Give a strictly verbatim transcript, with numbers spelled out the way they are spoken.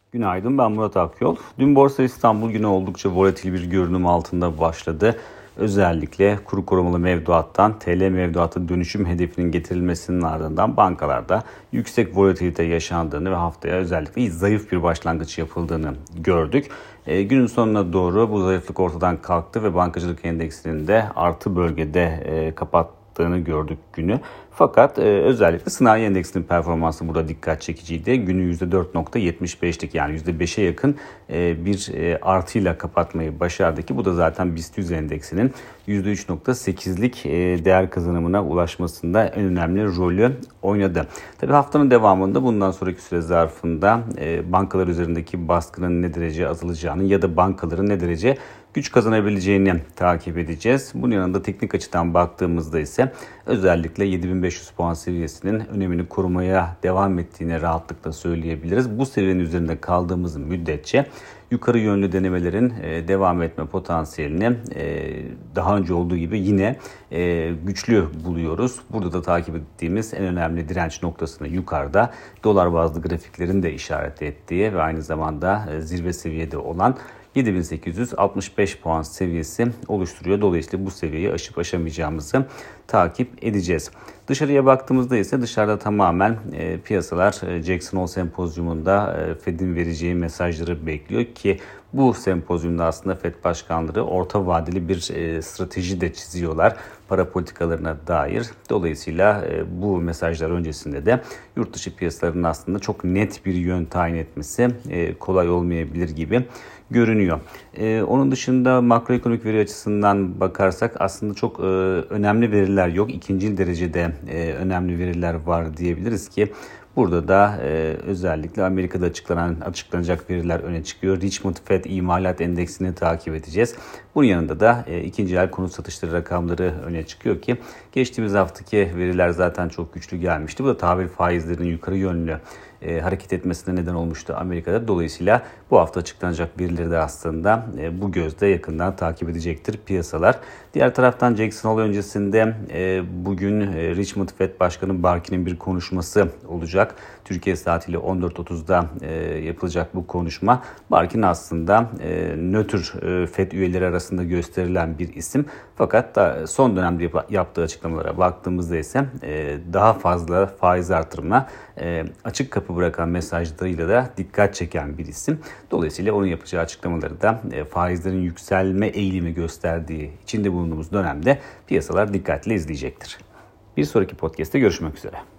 Günaydın, ben Murat Akyol. Dün Borsa İstanbul günü oldukça volatil bir görünüm altında başladı. Özellikle kuru korumalı mevduattan T L mevduatı dönüşüm hedefinin getirilmesinin ardından bankalarda yüksek volatilite yaşandığını ve haftaya özellikle zayıf bir başlangıç yapıldığını gördük. E, günün sonuna doğru bu zayıflık ortadan kalktı ve bankacılık endeksinin de artı bölgede e, kapattığını gördük günü. Fakat e, özellikle sanayi endeksinin performansı burada dikkat çekiciydi. Günü yüzde dört virgül yetmiş beşlik yani yüzde beşe yakın e, bir e, artıyla kapatmayı başardı ki bu da zaten BIST yüz endeksinin yüzde üç virgül sekizlik e, değer kazanımına ulaşmasında en önemli rolü oynadı. Tabii haftanın devamında bundan sonraki süre zarfında e, bankalar üzerindeki baskının ne derece azalacağını ya da bankaların ne derece güç kazanabileceğini takip edeceğiz. Bunun yanında teknik açıdan baktığımızda ise özellikle yedi bin beş yüz puan seviyesinin önemini korumaya devam ettiğini rahatlıkla söyleyebiliriz. Bu seviyenin üzerinde kaldığımız müddetçe yukarı yönlü denemelerin devam etme potansiyelini daha önce olduğu gibi yine güçlü buluyoruz. Burada da takip ettiğimiz en önemli direnç noktasını yukarıda dolar bazlı grafiklerin de işaret ettiği ve aynı zamanda zirve seviyede olan yedi bin sekiz yüz altmış beş puan seviyesi oluşturuyor. Dolayısıyla bu seviyeyi aşıp aşamayacağımızı takip edeceğiz. Dışarıya baktığımızda ise dışarıda tamamen e, piyasalar e, Jackson Hole sempozyumunda e, Fed'in vereceği mesajları bekliyor ki bu sempozyumda aslında Fed başkanları orta vadeli bir e, strateji de çiziyorlar para politikalarına dair. Dolayısıyla e, bu mesajlar öncesinde de yurt dışı piyasalarının aslında çok net bir yön tayin etmesi e, kolay olmayabilir gibi görünüyor. Ee, onun dışında makroekonomik veri açısından bakarsak aslında çok e, önemli veriler yok. İkinci derecede e, önemli veriler var diyebiliriz ki burada da e, özellikle Amerika'da açıklanan açıklanacak veriler öne çıkıyor. Richmond Fed imalat endeksini takip edeceğiz. Bunun yanında da e, ikinci el konut satışları rakamları öne çıkıyor ki geçtiğimiz haftaki veriler zaten çok güçlü gelmişti. Bu da tahvil faizlerinin yukarı yönlü E, hareket etmesine neden olmuştu Amerika'da. Dolayısıyla bu hafta açıklanacak verileri de aslında e, bu gözle yakından takip edecektir piyasalar. Diğer taraftan Jackson Hole öncesinde e, bugün e, Richmond Fed Başkanı Barkin'in bir konuşması olacak. Türkiye saatiyle on dört otuzda e, yapılacak bu konuşma. Barkin aslında e, nötr e, Fed üyeleri arasında gösterilen bir isim. Fakat da son dönemde yap- yaptığı açıklamalara baktığımızda ise e, daha fazla faiz artırma e, açık kapı bırakan mesajlarıyla da dikkat çeken bir isim. Dolayısıyla onun yapacağı açıklamaları da e, faizlerin yükselme eğilimi gösterdiği içinde bulunduğumuz dönemde piyasalar dikkatle izleyecektir. Bir sonraki podcast'te görüşmek üzere.